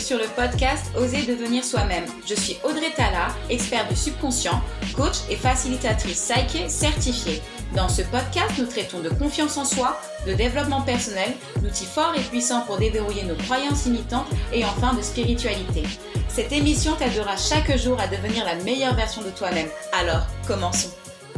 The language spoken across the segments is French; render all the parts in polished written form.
sur le podcast Oser devenir soi-même. Je suis Audrey Talla, experte du subconscient, coach et facilitatrice Psyché certifiée. Dans ce podcast, nous traitons de confiance en soi, de développement personnel, d'outils forts et puissants pour déverrouiller nos croyances limitantes et enfin de spiritualité. Cette émission t'aidera chaque jour à devenir la meilleure version de toi-même. Alors, commençons.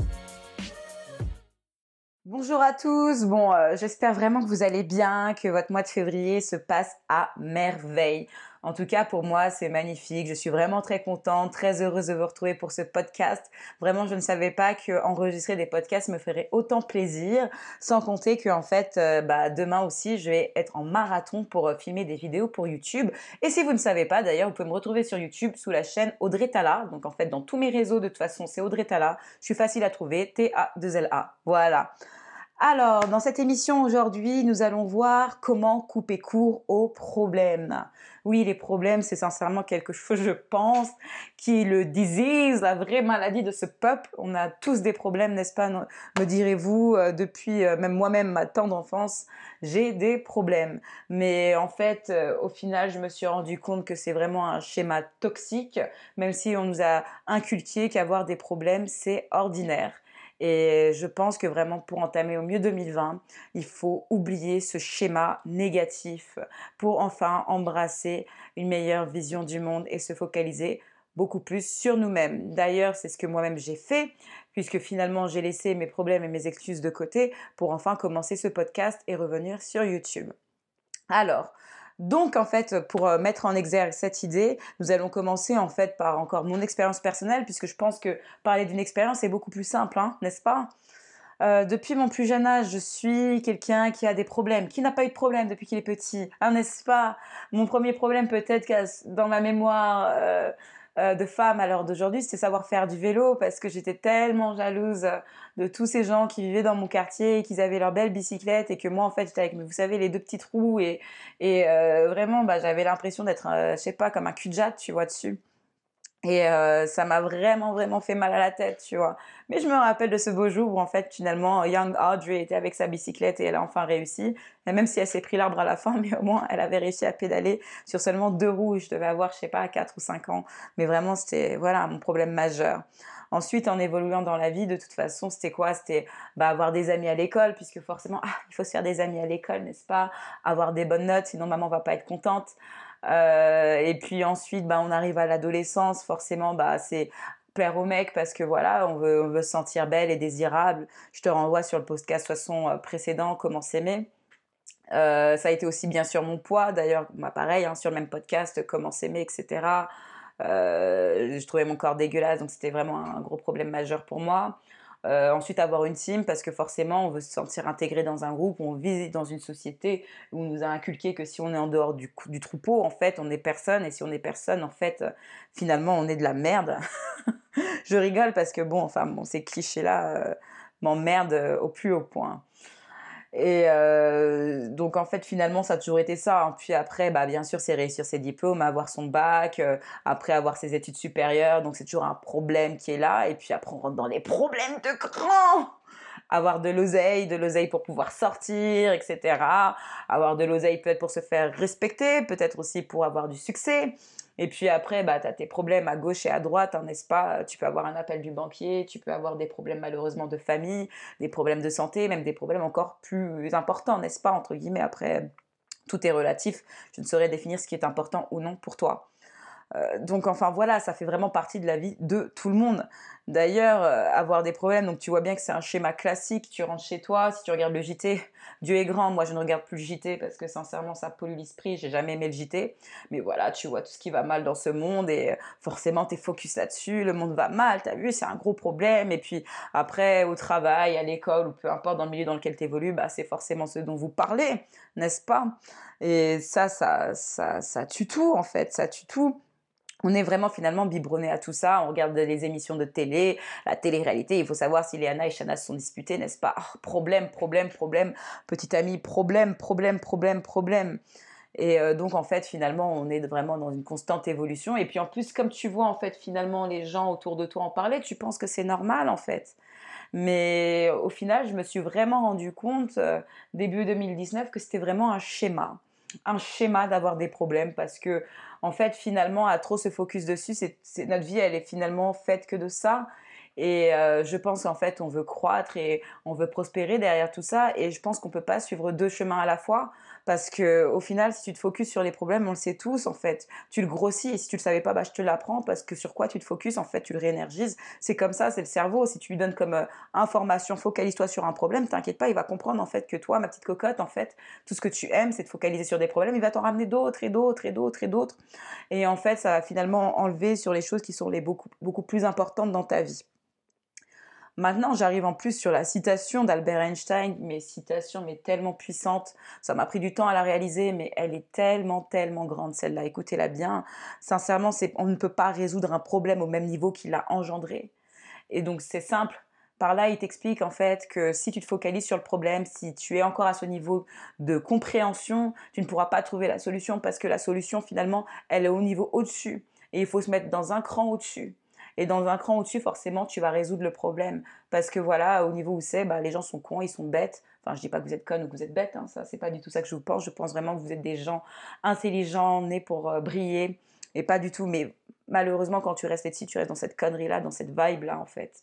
Bonjour à tous, j'espère vraiment que vous allez bien, que votre mois de février se passe à merveille. En tout cas, pour moi, c'est magnifique. Je suis vraiment très contente, très heureuse de vous retrouver pour ce podcast. Vraiment, je ne savais pas qu'enregistrer des podcasts me ferait autant plaisir, sans compter que en fait, demain aussi, je vais être en marathon pour filmer des vidéos pour YouTube. Et si vous ne savez pas, d'ailleurs, vous pouvez me retrouver sur YouTube sous la chaîne Audrey Talla. Donc en fait, dans tous mes réseaux, de toute façon, c'est Audrey Talla. Je suis facile à trouver, T-A-2-L-A. Voilà. Alors, dans cette émission aujourd'hui, nous allons voir comment couper court aux problèmes. Oui, les problèmes, c'est sincèrement quelque chose, je pense, qui est le disease, la vraie maladie de ce peuple. On a tous des problèmes, n'est-ce pas, me direz-vous, depuis même moi-même, ma tendre enfance, j'ai des problèmes. Mais en fait, au final, je me suis rendu compte que c'est vraiment un schéma toxique, même si on nous a inculqué qu'avoir des problèmes, c'est ordinaire. Et je pense que vraiment pour entamer au mieux 2020, il faut oublier ce schéma négatif pour enfin embrasser une meilleure vision du monde et se focaliser beaucoup plus sur nous-mêmes. D'ailleurs, c'est ce que moi-même j'ai fait, puisque finalement j'ai laissé mes problèmes et mes excuses de côté pour enfin commencer ce podcast et revenir sur YouTube. Alors, donc en fait, pour mettre en exergue cette idée, nous allons commencer en fait par encore mon expérience personnelle, puisque je pense que parler d'une expérience est beaucoup plus simple, n'est-ce pas ? Depuis mon plus jeune âge, je suis quelqu'un qui a des problèmes, qui n'a pas eu de problème depuis qu'il est petit, n'est-ce pas ? Mon premier problème peut-être dans ma mémoire de femme à l'heure d'aujourd'hui, c'était savoir faire du vélo, parce que j'étais tellement jalouse de tous ces gens qui vivaient dans mon quartier et qui avaient leur belle bicyclette, et que moi en fait j'étais avec, vous savez, les deux petites roues et vraiment j'avais l'impression d'être, je sais pas, comme un cul-de-jatte, tu vois, dessus. Et ça m'a vraiment fait mal à la tête, tu vois. Mais je me rappelle de ce beau jour où en fait finalement Young Audrey était avec sa bicyclette et elle a enfin réussi. Et même si elle s'est pris l'arbre à la fin, mais au moins elle avait réussi à pédaler sur seulement 2 roues. Je devais avoir, je sais pas, 4 ou 5 ans. Mais vraiment c'était, voilà, mon problème majeur. Ensuite, en évoluant dans la vie, de toute façon, c'était quoi ? C'était avoir des amis à l'école, puisque forcément, il faut se faire des amis à l'école, n'est-ce pas ? Avoir des bonnes notes, sinon maman va pas être contente. Et puis ensuite, on arrive à l'adolescence, forcément, c'est plaire aux mecs, parce que voilà, on veut se sentir belle et désirable. Je te renvoie sur le podcast précédent, Comment s'aimer. Ça a été aussi bien sûr mon poids, d'ailleurs, pareil, sur le même podcast, Comment s'aimer, etc. Je trouvais mon corps dégueulasse, donc c'était vraiment un gros problème majeur pour moi. Ensuite, avoir une team, parce que forcément on veut se sentir intégré dans un groupe, on vit dans une société où on nous a inculqué que si on est en dehors du troupeau, en fait on est personne, et si on est personne, en fait finalement on est de la merde. Je rigole parce que ces clichés là m'emmerdent au plus haut point. Et donc en fait finalement ça a toujours été ça, Puis après bien sûr c'est réussir ses diplômes, avoir son bac, après avoir ses études supérieures, donc c'est toujours un problème qui est là. Et puis après on rentre dans les problèmes de grand, avoir de l'oseille pour pouvoir sortir, etc. Avoir de l'oseille peut-être pour se faire respecter, peut-être aussi pour avoir du succès. Et puis après, tu as tes problèmes à gauche et à droite, n'est-ce pas ? Tu peux avoir un appel du banquier, tu peux avoir des problèmes malheureusement de famille, des problèmes de santé, même des problèmes encore plus importants, n'est-ce pas ? Entre guillemets, après, tout est relatif. Je ne saurais définir ce qui est important ou non pour toi. Donc enfin voilà, ça fait vraiment partie de la vie de tout le monde. D'ailleurs, avoir des problèmes, donc tu vois bien que c'est un schéma classique. Tu rentres chez toi, si tu regardes le JT, Dieu est grand, moi je ne regarde plus le JT parce que sincèrement ça pollue l'esprit, j'ai jamais aimé le JT. Mais voilà, tu vois tout ce qui va mal dans ce monde et forcément t'es focus là-dessus, le monde va mal, t'as vu, c'est un gros problème. Et puis après, au travail, à l'école ou peu importe dans le milieu dans lequel t'évolues, c'est forcément ce dont vous parlez, n'est-ce pas ? Et ça tue tout en fait, ça tue tout. On est vraiment finalement biberonné à tout ça, on regarde les émissions de télé, la télé-réalité, il faut savoir si Léana et Shana se sont disputées, n'est-ce pas ? Problème, petite amie, problème. Et donc en fait finalement on est vraiment dans une constante évolution. Et puis en plus comme tu vois en fait finalement les gens autour de toi en parler, tu penses que c'est normal en fait. Mais au final je me suis vraiment rendu compte début 2019 que c'était vraiment un schéma. un schéma d'avoir des problèmes parce que, en fait, finalement, à trop se focus dessus, notre vie, elle est finalement faite que de ça. Et je pense qu'en fait, on veut croître et on veut prospérer derrière tout ça. Et je pense qu'on peut pas suivre deux chemins à la fois parce que, au final, si tu te focuses sur les problèmes, on le sait tous, en fait, tu le grossis. Et si tu le savais pas, bah, je te l'apprends parce que sur quoi tu te focuses, en fait, tu le réénergises. C'est comme ça, c'est le cerveau. Si tu lui donnes comme information, focalise-toi sur un problème, t'inquiète pas, il va comprendre en fait que toi, ma petite cocotte, en fait, tout ce que tu aimes, c'est de focaliser sur des problèmes. Il va t'en ramener d'autres et d'autres et d'autres et d'autres. Et en fait, ça va finalement enlever sur les choses qui sont les beaucoup plus importantes dans ta vie. Maintenant, j'arrive en plus sur la citation d'Albert Einstein, mais citation mais tellement puissante. Ça m'a pris du temps à la réaliser, mais elle est tellement, tellement grande celle-là. Écoutez-la bien. Sincèrement, on ne peut pas résoudre un problème au même niveau qu'il l'a engendré. Et donc c'est simple. Par là, il t'explique en fait que si tu te focalises sur le problème, si tu es encore à ce niveau de compréhension, tu ne pourras pas trouver la solution parce que la solution finalement, elle est au niveau au-dessus. Et il faut se mettre dans un cran au-dessus. Et dans un cran au-dessus, forcément, tu vas résoudre le problème. Parce que voilà, au niveau où c'est, bah, les gens sont cons, ils sont bêtes. Enfin, je dis pas que vous êtes connes ou que vous êtes bêtes, hein, ça, c'est pas du tout ça que je vous pense. Je pense vraiment que vous êtes des gens intelligents, nés pour briller. Et pas du tout, mais malheureusement, quand tu restes ici, tu restes dans cette connerie-là, dans cette vibe-là, en fait.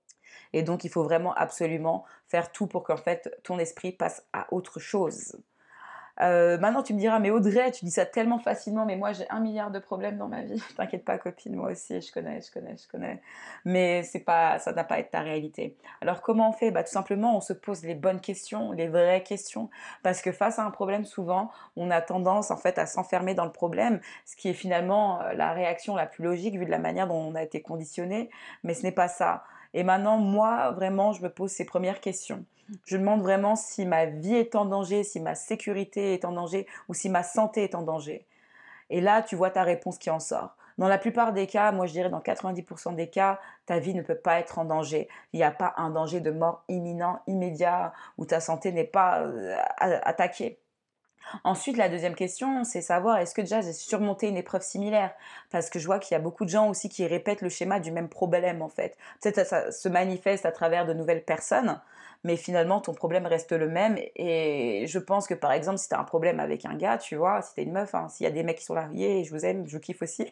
Et donc, il faut vraiment absolument faire tout pour qu'en fait, ton esprit passe à autre chose. Maintenant, tu me diras, mais Audrey, tu dis ça tellement facilement, mais moi, j'ai 1 milliard de problèmes dans ma vie. T'inquiète pas, copine, moi aussi, je connais. Mais c'est pas, ça n'a pas été ta réalité. Alors, comment on fait? Bah, tout simplement, on se pose les bonnes questions, les vraies questions. Parce que face à un problème, souvent, on a tendance, en fait, à s'enfermer dans le problème, ce qui est finalement la réaction la plus logique, vu de la manière dont on a été conditionné. Mais ce n'est pas ça. Et maintenant, moi, vraiment, je me pose ces premières questions. Je demande vraiment si ma vie est en danger, si ma sécurité est en danger ou si ma santé est en danger. Et là, tu vois ta réponse qui en sort. Dans la plupart des cas, moi je dirais dans 90% des cas, ta vie ne peut pas être en danger. Il n'y a pas un danger de mort imminent, immédiat, où ta santé n'est pas attaquée. Ensuite, la deuxième question, c'est savoir est-ce que déjà j'ai surmonté une épreuve similaire? Parce que je vois qu'il y a beaucoup de gens aussi qui répètent le schéma du même problème en fait. Peut-être ça se manifeste à travers de nouvelles personnes, mais finalement ton problème reste le même. Et je pense que par exemple, si tu as un problème avec un gars, tu vois, si tu es une meuf, hein, s'il y a des mecs qui sont là, yeah, je vous aime, je vous kiffe aussi.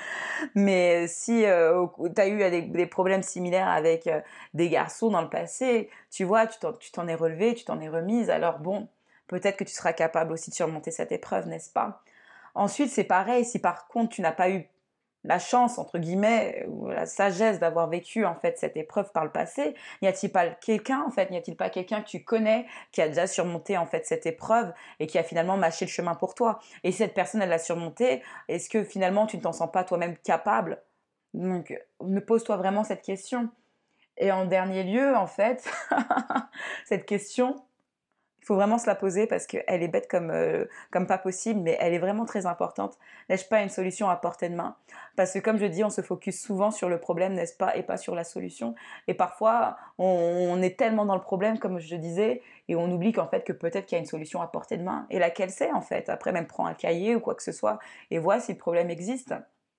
Mais si tu as eu des problèmes similaires avec des garçons dans le passé, tu vois, tu t'en es relevé, tu t'en es remise, alors bon, peut-être que tu seras capable aussi de surmonter cette épreuve, n'est-ce pas? Ensuite, c'est pareil, si par contre tu n'as pas eu la chance, entre guillemets, ou la sagesse d'avoir vécu en fait cette épreuve par le passé, n'y a-t-il pas quelqu'un en fait, n'y a-t-il pas quelqu'un que tu connais qui a déjà surmonté en fait cette épreuve et qui a finalement mâché le chemin pour toi? Et si cette personne elle l'a surmonté, est-ce que finalement tu ne t'en sens pas toi-même capable? Donc, ne pose-toi vraiment cette question. Et en dernier lieu, en fait, cette question, il faut vraiment se la poser parce qu'elle est bête comme pas possible, mais elle est vraiment très importante. N'ai-je pas une solution à portée de main? Parce que comme je dis, on se focus souvent sur le problème, n'est-ce pas, et pas sur la solution. Et parfois, on est tellement dans le problème, comme je disais, et on oublie qu'en fait, que peut-être qu'il y a une solution à portée de main. Et laquelle c'est, en fait? Après, même prends un cahier ou quoi que ce soit et vois si le problème existe.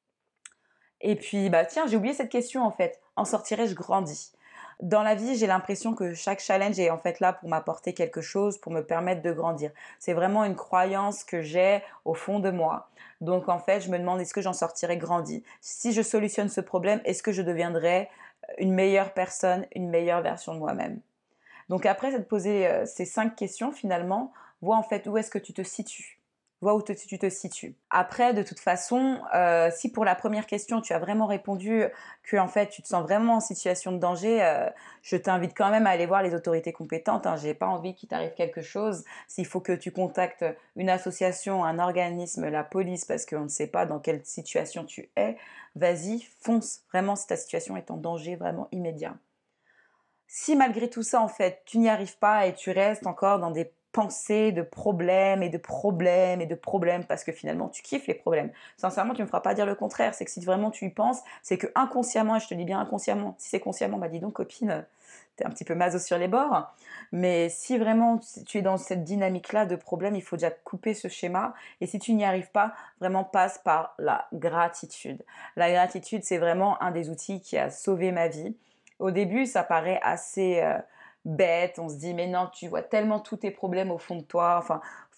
Et puis, bah tiens, j'ai oublié cette question en fait. En sortirais-je grandi? Dans la vie, j'ai l'impression que chaque challenge est en fait là pour m'apporter quelque chose, pour me permettre de grandir. C'est vraiment une croyance que j'ai au fond de moi. Donc en fait, je me demande est-ce que j'en sortirais grandi? Si je solutionne ce problème, est-ce que je deviendrai une meilleure personne, une meilleure version de moi-même? Donc après de poser ces 5 questions finalement, vois en fait où est-ce que tu te situes. Vois où tu te situes. Après, de toute façon, si pour la première question, tu as vraiment répondu que en fait, tu te sens vraiment en situation de danger, je t'invite quand même à aller voir les autorités compétentes. Hein. J'ai pas envie qu'il t'arrive quelque chose. S'il faut que tu contactes une association, un organisme, la police, parce qu'on ne sait pas dans quelle situation tu es, vas-y, fonce. Vraiment, si ta situation est en danger vraiment immédiat. Si malgré tout ça, en fait, tu n'y arrives pas et tu restes encore dans des pensées de problèmes et de problèmes et de problèmes parce que finalement tu kiffes les problèmes. Sincèrement, tu me feras pas dire le contraire. C'est que si vraiment tu y penses, c'est que inconsciemment, et je te dis bien inconsciemment, si c'est consciemment, bah dis donc copine, t'es un petit peu maso sur les bords. Mais si vraiment tu es dans cette dynamique-là de problème, il faut déjà couper ce schéma. Et si tu n'y arrives pas, vraiment passe par la gratitude. La gratitude, c'est vraiment un des outils qui a sauvé ma vie. Au début, ça paraît assez bête. On se dit, mais non, tu vois tellement tous tes problèmes au fond de toi. Enfin,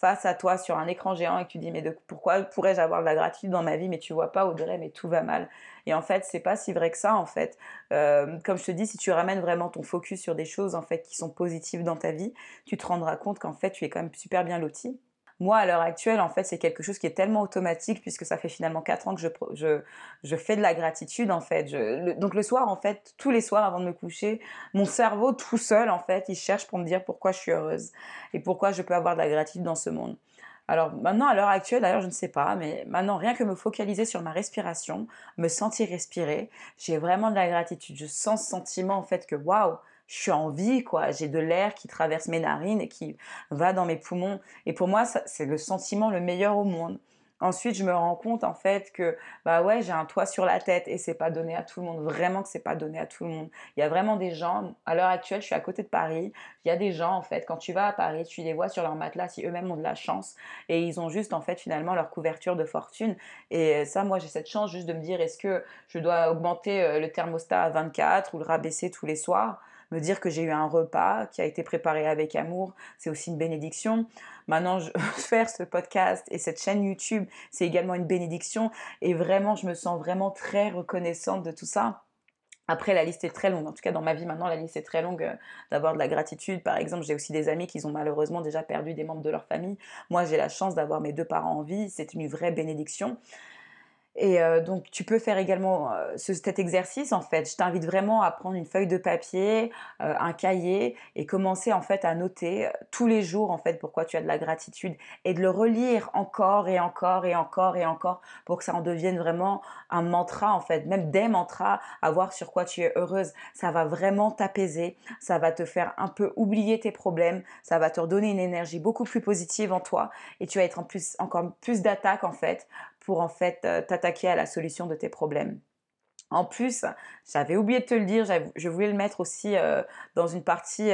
face à toi sur un écran géant et que tu dis mais pourquoi pourrais-je avoir de la gratitude dans ma vie, mais tu vois pas Audrey, mais tout va mal. Et en fait, c'est pas si vrai que ça en fait. Comme je te dis, si tu ramènes vraiment ton focus sur des choses en fait qui sont positives dans ta vie, tu te rendras compte qu'en fait tu es quand même super bien loti. Moi, à l'heure actuelle, en fait, c'est quelque chose qui est tellement automatique puisque ça fait finalement 4 ans que je fais de la gratitude, en fait. Donc le soir, en fait, tous les soirs avant de me coucher, mon cerveau tout seul, en fait, il cherche pour me dire pourquoi je suis heureuse et pourquoi je peux avoir de la gratitude dans ce monde. Alors maintenant, à l'heure actuelle, d'ailleurs, je ne sais pas, mais maintenant, rien que me focaliser sur ma respiration, me sentir respirer, j'ai vraiment de la gratitude. Je sens ce sentiment, en fait, que waouh, je suis en vie, quoi. J'ai de l'air qui traverse mes narines et qui va dans mes poumons. Et pour moi, c'est le sentiment le meilleur au monde. Ensuite, je me rends compte en fait que bah ouais, j'ai un toit sur la tête et c'est pas donné à tout le monde. Vraiment que c'est pas donné à tout le monde. Il y a vraiment des gens. À l'heure actuelle, je suis à côté de Paris. Il y a des gens en fait. Quand tu vas à Paris, tu les vois sur leur matelas si eux-mêmes ont de la chance et ils ont juste en fait finalement leur couverture de fortune. Et ça, moi, j'ai cette chance juste de me dire est-ce que je dois augmenter le thermostat à 24 ou le rabaisser tous les soirs? Me dire que j'ai eu un repas qui a été préparé avec amour, c'est aussi une bénédiction. Maintenant, faire ce podcast et cette chaîne YouTube, c'est également une bénédiction. Et vraiment, je me sens vraiment très reconnaissante de tout ça. Après, la liste est très longue. En tout cas, dans ma vie maintenant, la liste est très longue d'avoir de la gratitude. Par exemple, j'ai aussi des amis qui ont malheureusement déjà perdu des membres de leur famille. Moi, j'ai la chance d'avoir mes 2 parents en vie. C'est une vraie bénédiction. Et donc, tu peux faire également cet exercice, en fait. Je t'invite vraiment à prendre une feuille de papier, un cahier et commencer, en fait, à noter tous les jours, en fait, pourquoi tu as de la gratitude et de le relire encore et encore et encore et encore pour que ça en devienne vraiment un mantra, en fait, même des mantras, à voir sur quoi tu es heureuse. Ça va vraiment t'apaiser, ça va te faire un peu oublier tes problèmes, ça va te redonner une énergie beaucoup plus positive en toi et tu vas être encore plus d'attaque, en fait, pour en fait t'attaquer à la solution de tes problèmes. En plus, j'avais oublié de te le dire, je voulais le mettre aussi dans une partie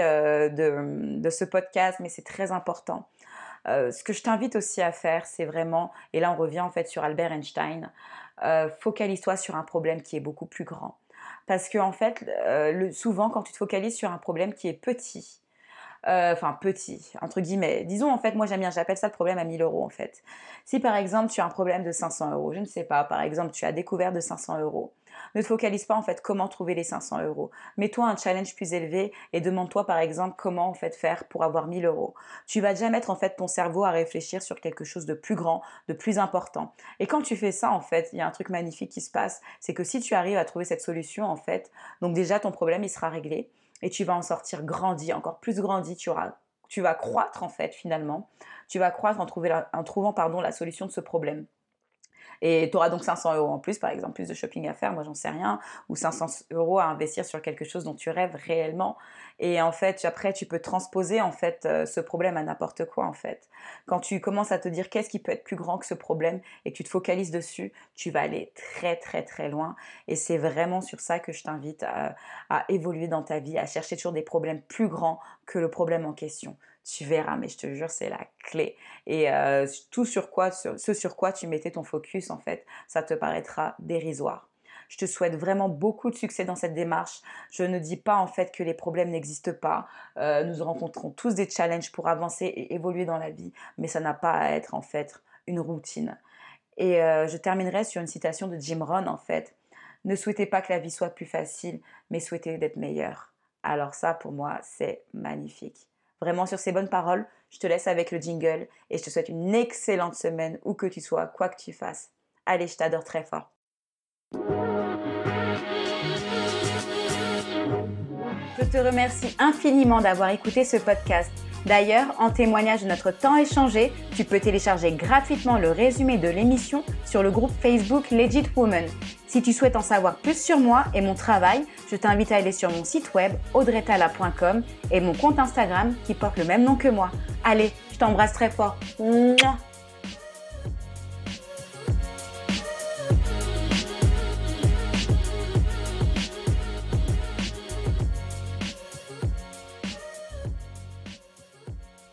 de ce podcast, mais c'est très important. Ce que je t'invite aussi à faire, c'est vraiment, et là on revient en fait sur Albert Einstein, focalise-toi sur un problème qui est beaucoup plus grand. Parce que en fait, souvent quand tu te focalises sur un problème qui est petit, enfin petit, entre guillemets. Disons en fait, moi j'aime bien, j'appelle ça le problème à 1000 euros en fait. Si par exemple tu as un problème de 500 euros, je ne sais pas, par exemple tu as découvert de 500 euros, ne te focalise pas en fait comment trouver les 500 euros. Mets-toi un challenge plus élevé et demande-toi par exemple comment en fait faire pour avoir 1000 euros. Tu vas déjà mettre en fait ton cerveau à réfléchir sur quelque chose de plus grand, de plus important. Et quand tu fais ça en fait, il y a un truc magnifique qui se passe, c'est que si tu arrives à trouver cette solution en fait, donc déjà ton problème il sera réglé. Et tu vas en sortir grandi, encore plus grandi, tu vas croître en fait finalement, tu vas croître en trouvant la solution de ce problème. Et tu auras donc 500 euros en plus, par exemple, plus de shopping à faire, moi j'en sais rien, ou 500 euros à investir sur quelque chose dont tu rêves réellement. Et en fait, après, tu peux transposer en fait ce problème à n'importe quoi en fait. Quand tu commences à te dire qu'est-ce qui peut être plus grand que ce problème et que tu te focalises dessus, tu vas aller très très très loin. Et c'est vraiment sur ça que je t'invite à évoluer dans ta vie, à chercher toujours des problèmes plus grands que le problème en question. Tu verras, mais je te jure, c'est la clé. Et ce sur quoi tu mettais ton focus, en fait, ça te paraîtra dérisoire. Je te souhaite vraiment beaucoup de succès dans cette démarche. Je ne dis pas en fait que les problèmes n'existent pas. Nous rencontrons tous des challenges pour avancer et évoluer dans la vie, mais ça n'a pas à être en fait une routine. Et je terminerai sur une citation de Jim Rohn en fait. Ne souhaitez pas que la vie soit plus facile, mais souhaitez d'être meilleure. Alors ça, pour moi, c'est magnifique. Vraiment, sur ces bonnes paroles, je te laisse avec le jingle et je te souhaite une excellente semaine où que tu sois, quoi que tu fasses. Allez, je t'adore très fort. Je te remercie infiniment d'avoir écouté ce podcast. D'ailleurs, en témoignage de notre temps échangé, tu peux télécharger gratuitement le résumé de l'émission sur le groupe Facebook Legit Woman. Si tu souhaites en savoir plus sur moi et mon travail, je t'invite à aller sur mon site web audreytala.com et mon compte Instagram qui porte le même nom que moi. Allez, je t'embrasse très fort. Mouah.